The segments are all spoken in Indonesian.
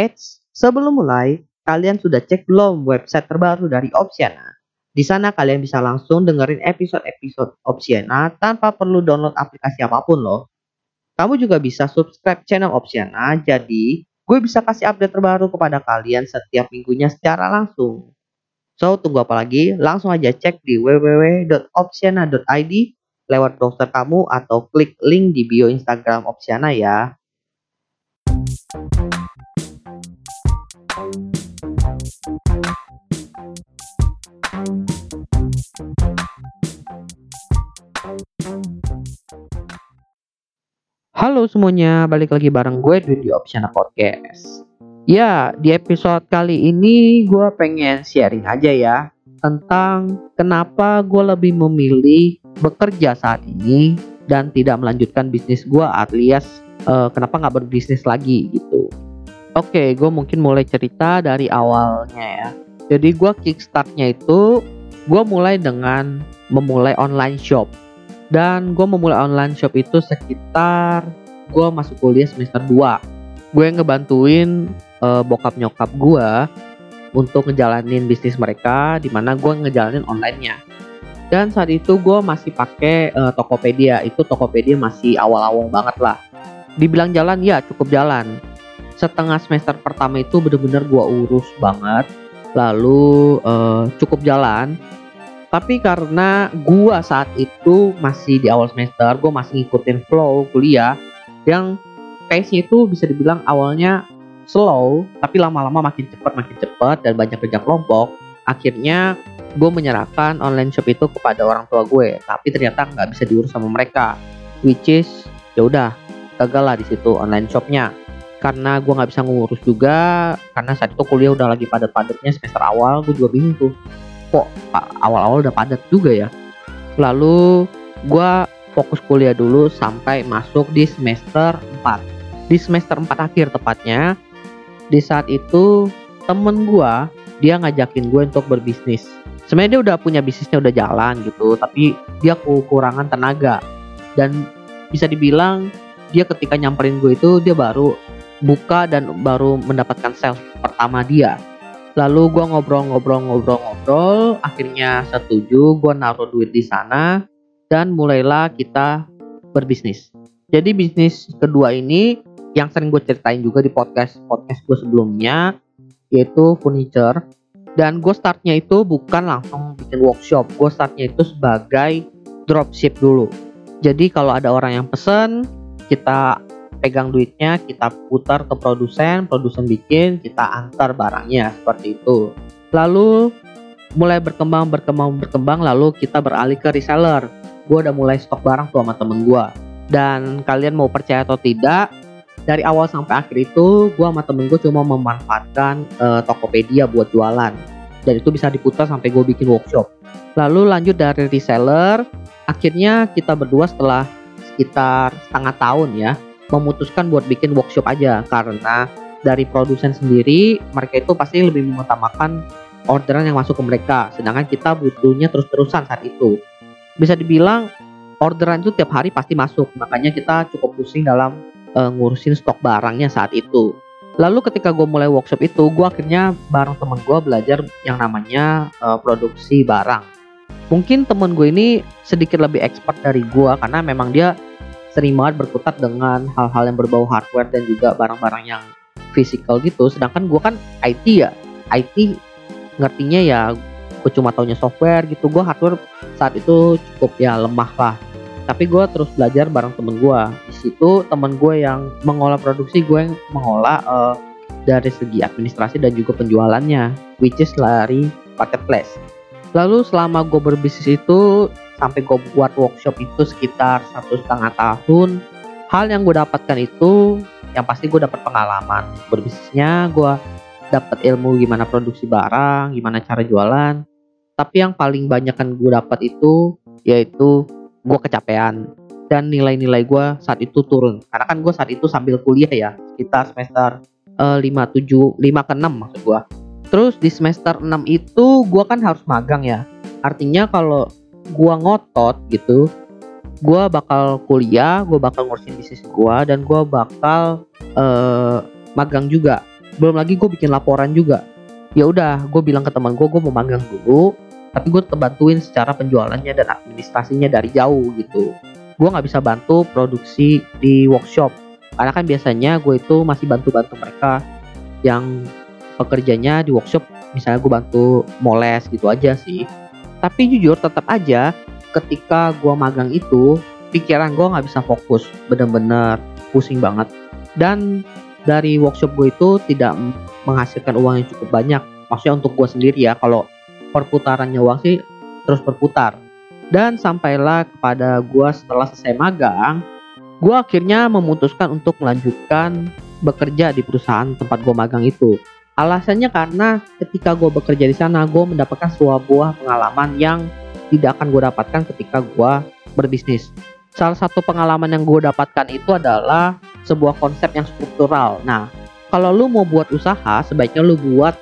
Eits, sebelum mulai, kalian sudah cek belum website terbaru dari Opsiana? Di sana kalian bisa langsung dengerin episode-episode Opsiana tanpa perlu download aplikasi apapun loh. Kamu juga bisa subscribe channel Opsiana, jadi gue bisa kasih update terbaru kepada kalian setiap minggunya secara langsung. So, tunggu apa lagi? Langsung aja cek di www.opsiana.id lewat browser kamu atau klik link di bio Instagram Opsiana ya. Halo semuanya, balik lagi bareng gue di Opsiana Podcast. Ya, di episode kali ini gue pengen sharing aja ya tentang kenapa gue lebih memilih bekerja saat ini dan tidak melanjutkan bisnis gue, alias kenapa nggak berbisnis lagi gitu. Oke, gue mungkin mulai cerita dari awalnya ya. Jadi gue kickstartnya itu gue mulai dengan memulai online shop. Dan gue memulai online shop itu sekitar gue masuk kuliah semester 2. Gue ngebantuin bokap nyokap gue untuk ngejalanin bisnis mereka, dimana gue ngejalanin online-nya. Dan saat itu gue masih pakai Tokopedia. Itu Tokopedia masih awal-awal banget lah. Dibilang jalan, ya cukup jalan. Setengah semester pertama itu bener-bener gue urus banget. Lalu cukup jalan. Tapi karena gua saat itu masih di awal semester, gua masih ngikutin flow kuliah yang pace-nya itu bisa dibilang awalnya slow, tapi lama-lama makin cepat dan banyak kerja kelompok. Akhirnya gue menyerahkan online shop itu kepada orang tua gue, tapi ternyata nggak bisa diurus sama mereka, which is ya udah gagal lah di situ online shopnya. Karena gue nggak bisa ngurus juga, karena saat itu kuliah udah lagi padat-padatnya semester awal, gue juga bingung tuh. Kok awal-awal udah padat juga ya. Lalu gue fokus kuliah dulu sampai masuk di semester 4. Di semester 4 akhir tepatnya. Di saat itu temen gue, dia ngajakin gue untuk berbisnis. Sebenarnya dia udah punya bisnisnya, udah jalan gitu, tapi dia kekurangan tenaga. Dan bisa dibilang dia ketika nyamperin gue itu dia baru buka dan baru mendapatkan sales pertama dia. Lalu gue ngobrol, akhirnya setuju, gue naruh duit di sana dan mulailah kita berbisnis. Jadi bisnis kedua ini yang sering gue ceritain juga di podcast gue sebelumnya, yaitu furniture. Dan gue startnya itu bukan langsung bikin workshop, gue startnya itu sebagai dropship dulu. Jadi kalau ada orang yang pesen, kita pegang duitnya, kita putar ke produsen bikin, kita antar barangnya, seperti itu. Lalu mulai berkembang, lalu kita beralih ke reseller. Gue udah mulai stok barang tuh sama temen gue. Dan kalian mau percaya atau tidak, dari awal sampai akhir itu gue sama temen gue cuma memanfaatkan Tokopedia buat jualan. Dan itu bisa diputar sampai gue bikin workshop. Lalu lanjut dari reseller, akhirnya kita berdua setelah sekitar setengah tahun ya, memutuskan buat bikin workshop aja, karena dari produsen sendiri mereka itu pasti lebih mengutamakan orderan yang masuk ke mereka, sedangkan kita butuhnya terus-terusan saat itu. Bisa dibilang orderan itu tiap hari pasti masuk, makanya kita cukup pusing dalam ngurusin stok barangnya saat itu. Lalu ketika gue mulai workshop itu, gue akhirnya bareng temen gue belajar yang namanya produksi barang. Mungkin temen gue ini sedikit lebih expert dari gue, karena memang dia sering banget berkutat dengan hal-hal yang berbau hardware dan juga barang-barang yang physical gitu. Sedangkan gue kan IT ya, IT ngertinya ya gue cuma taunya software gitu. Gue hardware saat itu cukup ya lemah lah. Tapi gue terus belajar bareng temen gue. Di situ temen gue yang mengolah produksi, gue yang mengolah dari segi administrasi dan juga penjualannya, which is dari marketplace. Lalu selama gue berbisnis itu sampai gue buat workshop itu sekitar 1,5 tahun, hal yang gue dapatkan itu yang pasti gue dapat pengalaman berbisnisnya, gue dapat ilmu gimana produksi barang, gimana cara jualan. Tapi yang paling banyak kan gue dapat itu yaitu gue kecapean dan nilai-nilai gue saat itu turun, karena kan gue saat itu sambil kuliah ya, sekitar semester 5 ke 6 maksud gue. Terus di semester 6 itu gue kan harus magang ya, artinya kalau gue ngotot gitu, gue bakal kuliah, gue bakal ngurusin bisnis gue, dan gue bakal magang juga. belum lagi gue bikin laporan juga. Ya udah, gue bilang ke teman gue mau magang dulu, tapi gue tetap bantuin secara penjualannya dan administrasinya dari jauh gitu. Gue nggak bisa bantu produksi di workshop, karena kan biasanya gue itu masih bantu-bantu mereka yang pekerjanya di workshop, misalnya gue bantu moles gitu aja sih. Tapi jujur tetap aja ketika gue magang itu pikiran gue nggak bisa fokus, bener-bener pusing banget. Dan dari workshop gue itu tidak menghasilkan uang yang cukup banyak, maksudnya untuk gue sendiri ya. Kalau perputarannya uang sih terus berputar. Dan sampailah kepada gue setelah selesai magang, gue akhirnya memutuskan untuk melanjutkan bekerja di perusahaan tempat gue magang itu. Alasannya karena ketika gue bekerja di sana, gue mendapatkan sebuah pengalaman yang tidak akan gue dapatkan ketika gue berbisnis. Salah satu pengalaman yang gue dapatkan itu adalah sebuah konsep yang struktural. Nah, kalau lu mau buat usaha, sebaiknya lu buat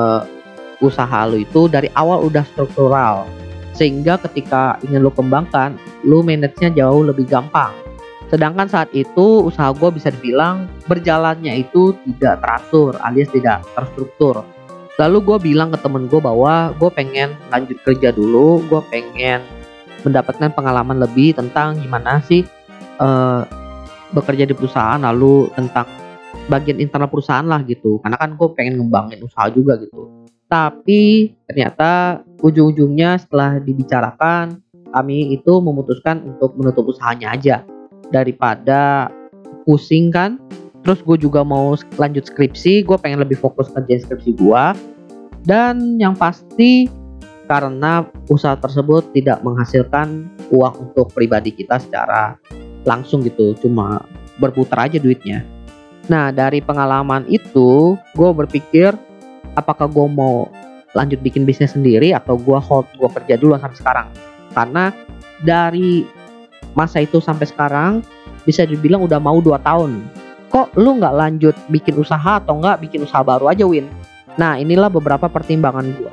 usaha lu itu dari awal udah struktural. Sehingga ketika ingin lu kembangkan, lu manage-nya jauh lebih gampang. Sedangkan saat itu usaha gue bisa dibilang berjalannya itu tidak teratur alias tidak terstruktur. Lalu gue bilang ke temen gue bahwa gue pengen lanjut kerja dulu, gue pengen mendapatkan pengalaman lebih tentang gimana sih eh, bekerja di perusahaan, lalu tentang bagian internal perusahaan lah gitu. Karena kan gue pengen ngembangin usaha juga gitu. Tapi ternyata ujung-ujungnya setelah dibicarakan, kami itu memutuskan untuk menutup usahanya aja daripada pusing kan. Terus gue juga mau lanjut skripsi, gue pengen lebih fokus kerjain skripsi gue. Dan yang pasti karena usaha tersebut tidak menghasilkan uang untuk pribadi kita secara langsung gitu, cuma berputar aja duitnya. Nah, dari pengalaman itu gue berpikir apakah gue mau lanjut bikin bisnis sendiri atau gue kerja dulu sampai sekarang. Karena dari masa itu sampai sekarang bisa dibilang udah mau 2 tahun. Kok lu nggak lanjut bikin usaha atau nggak bikin usaha baru aja, Win? Nah, inilah beberapa pertimbangan gue.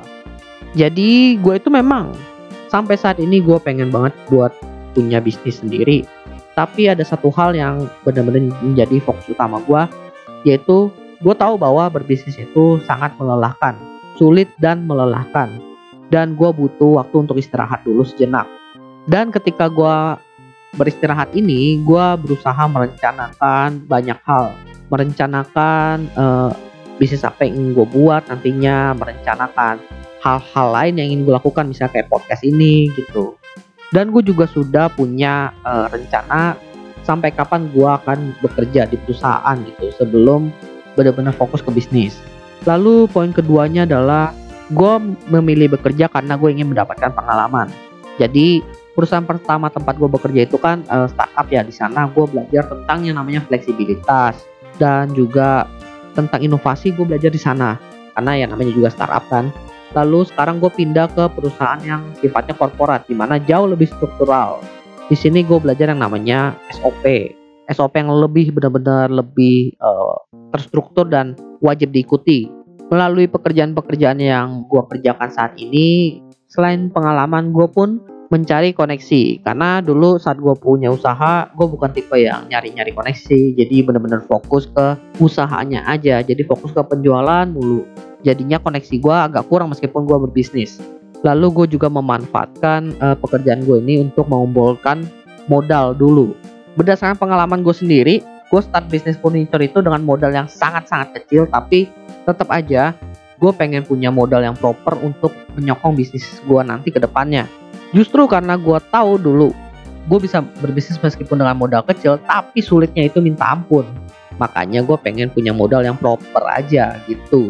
Jadi gue itu memang sampai saat ini gue pengen banget buat punya bisnis sendiri. Tapi ada satu hal yang benar-benar menjadi fokus utama gue, yaitu gue tahu bahwa berbisnis itu sangat melelahkan, sulit dan melelahkan. Dan gue butuh waktu untuk istirahat dulu sejenak. Dan ketika gue beristirahat ini, gue berusaha merencanakan banyak hal, merencanakan bisnis apa yang ingin gue buat nantinya, merencanakan hal-hal lain yang ingin gue lakukan, misalnya kayak podcast ini gitu. Dan gue juga sudah punya rencana sampai kapan gue akan bekerja di perusahaan gitu sebelum benar-benar fokus ke bisnis. Lalu poin keduanya adalah gue memilih bekerja karena gue ingin mendapatkan pengalaman. Jadi perusahaan pertama tempat gue bekerja itu kan startup ya. Di sana gue belajar tentang yang namanya fleksibilitas dan juga tentang inovasi. Gue belajar di sana karena ya namanya juga startup kan. Lalu sekarang gue pindah ke perusahaan yang sifatnya korporat, di mana jauh lebih struktural. Di sini gue belajar yang namanya SOP. SOP yang lebih benar-benar lebih terstruktur dan wajib diikuti. Melalui pekerjaan-pekerjaan yang gue kerjakan saat ini, selain pengalaman, gue pun mencari koneksi. Karena dulu saat gue punya usaha, gue bukan tipe yang nyari-nyari koneksi. Jadi benar-benar fokus ke usahanya aja. Jadi fokus ke penjualan dulu. Jadinya koneksi gue agak kurang meskipun gue berbisnis. Lalu gue juga memanfaatkan pekerjaan gue ini untuk mengumpulkan modal dulu. Berdasarkan pengalaman gue sendiri, gue start bisnis furniture itu dengan modal yang sangat-sangat kecil. Tapi tetap aja gue pengen punya modal yang proper untuk menyokong bisnis gue nanti ke depannya. Justru karena gue tahu dulu gue bisa berbisnis meskipun dengan modal kecil, tapi sulitnya itu minta ampun. Makanya gue pengen punya modal yang proper aja gitu.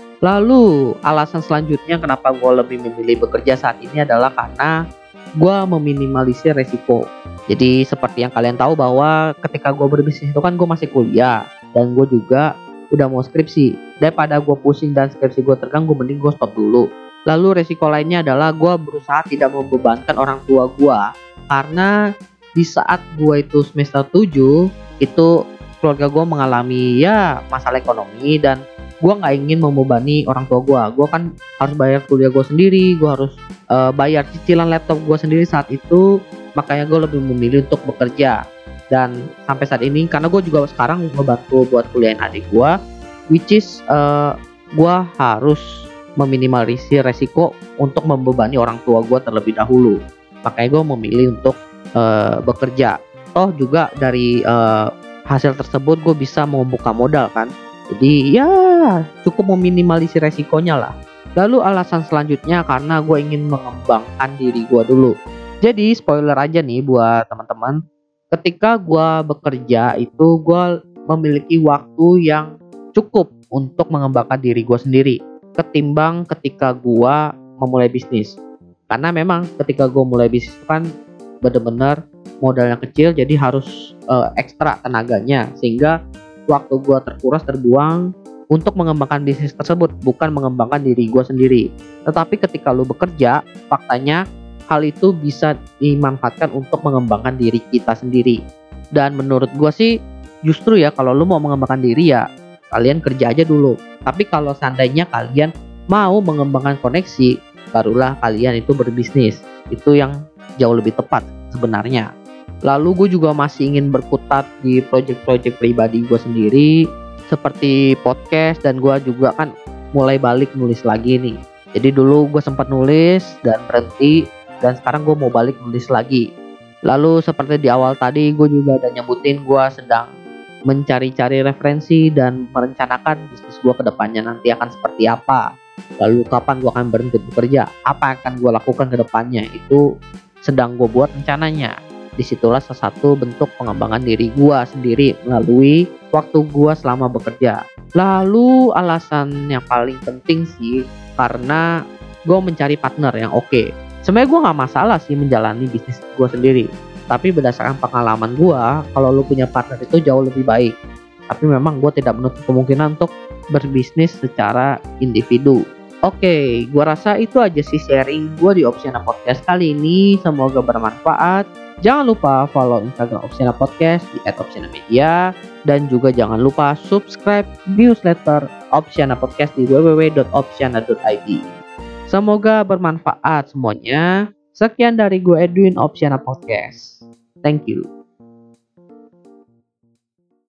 Lalu alasan selanjutnya kenapa gue lebih memilih bekerja saat ini adalah karena gue meminimalisir resiko. Jadi seperti yang kalian tahu bahwa ketika gue berbisnis itu kan gue masih kuliah dan gue juga udah mau skripsi. Daripada gue pusing dan skripsi gue terganggu, mending gue stop dulu. Lalu resiko lainnya adalah gue berusaha tidak membebankan orang tua gue. Karena di saat gue itu semester 7, itu keluarga gue mengalami ya masalah ekonomi dan gue nggak ingin membebani orang tua gue. Gue kan harus bayar kuliah gue sendiri, gue harus bayar cicilan laptop gue sendiri saat itu. Makanya gue lebih memilih untuk bekerja. Dan sampai saat ini karena gue juga sekarang ngebantu buat kuliahin adik gue which is gue harus meminimalisir resiko untuk membebani orang tua gue terlebih dahulu. Makanya gue memilih untuk bekerja. Toh juga dari hasil tersebut gue bisa membuka modal kan. Jadi ya cukup meminimalisir resikonya lah. Lalu alasan selanjutnya karena gue ingin mengembangkan diri gue dulu. Jadi spoiler aja nih buat teman-teman. Ketika gue bekerja itu gue memiliki waktu yang cukup untuk mengembangkan diri gue sendiri ketimbang ketika gue memulai bisnis. Karena memang ketika gue mulai bisnis kan bener-bener modalnya kecil, jadi harus ekstra tenaganya sehingga waktu gue terbuang untuk mengembangkan bisnis tersebut, bukan mengembangkan diri gue sendiri. Tetapi ketika lu bekerja, faktanya hal itu bisa dimanfaatkan untuk mengembangkan diri kita sendiri. Dan menurut gue sih justru ya kalau lu mau mengembangkan diri ya kalian kerja aja dulu. Tapi kalau seandainya kalian mau mengembangkan koneksi, barulah kalian itu berbisnis. Itu yang jauh lebih tepat sebenarnya. Lalu gue juga masih ingin berkutat di project-project pribadi gue sendiri seperti podcast, dan gue juga kan mulai balik nulis lagi nih. Jadi dulu gue sempat nulis dan berhenti, dan sekarang gue mau balik nulis lagi. Lalu seperti di awal tadi gue juga udah nyebutin gue sedang mencari-cari referensi dan merencanakan bisnis gue ke depannya nanti akan seperti apa. Lalu kapan gue akan berhenti bekerja, apa yang akan gue lakukan ke depannya, itu sedang gue buat rencananya. Disitulah salah satu bentuk pengembangan diri gue sendiri melalui waktu gue selama bekerja. Lalu alasan yang paling penting sih karena gue mencari partner yang oke. Sebenarnya gue nggak masalah sih menjalani bisnis gue sendiri, tapi berdasarkan pengalaman gue, kalau lu punya partner itu jauh lebih baik. Tapi memang gue tidak menutup kemungkinan untuk berbisnis secara individu. Oke, gue rasa itu aja sih sharing gue di Opsiana Podcast kali ini. Semoga bermanfaat. Jangan lupa follow Instagram Opsiana Podcast di @opsianamedia, dan juga jangan lupa subscribe newsletter Opsiana Podcast di www.opsiana.id. Semoga bermanfaat semuanya. Sekian dari gue Edwin, Opsiana Podcast. Thank you.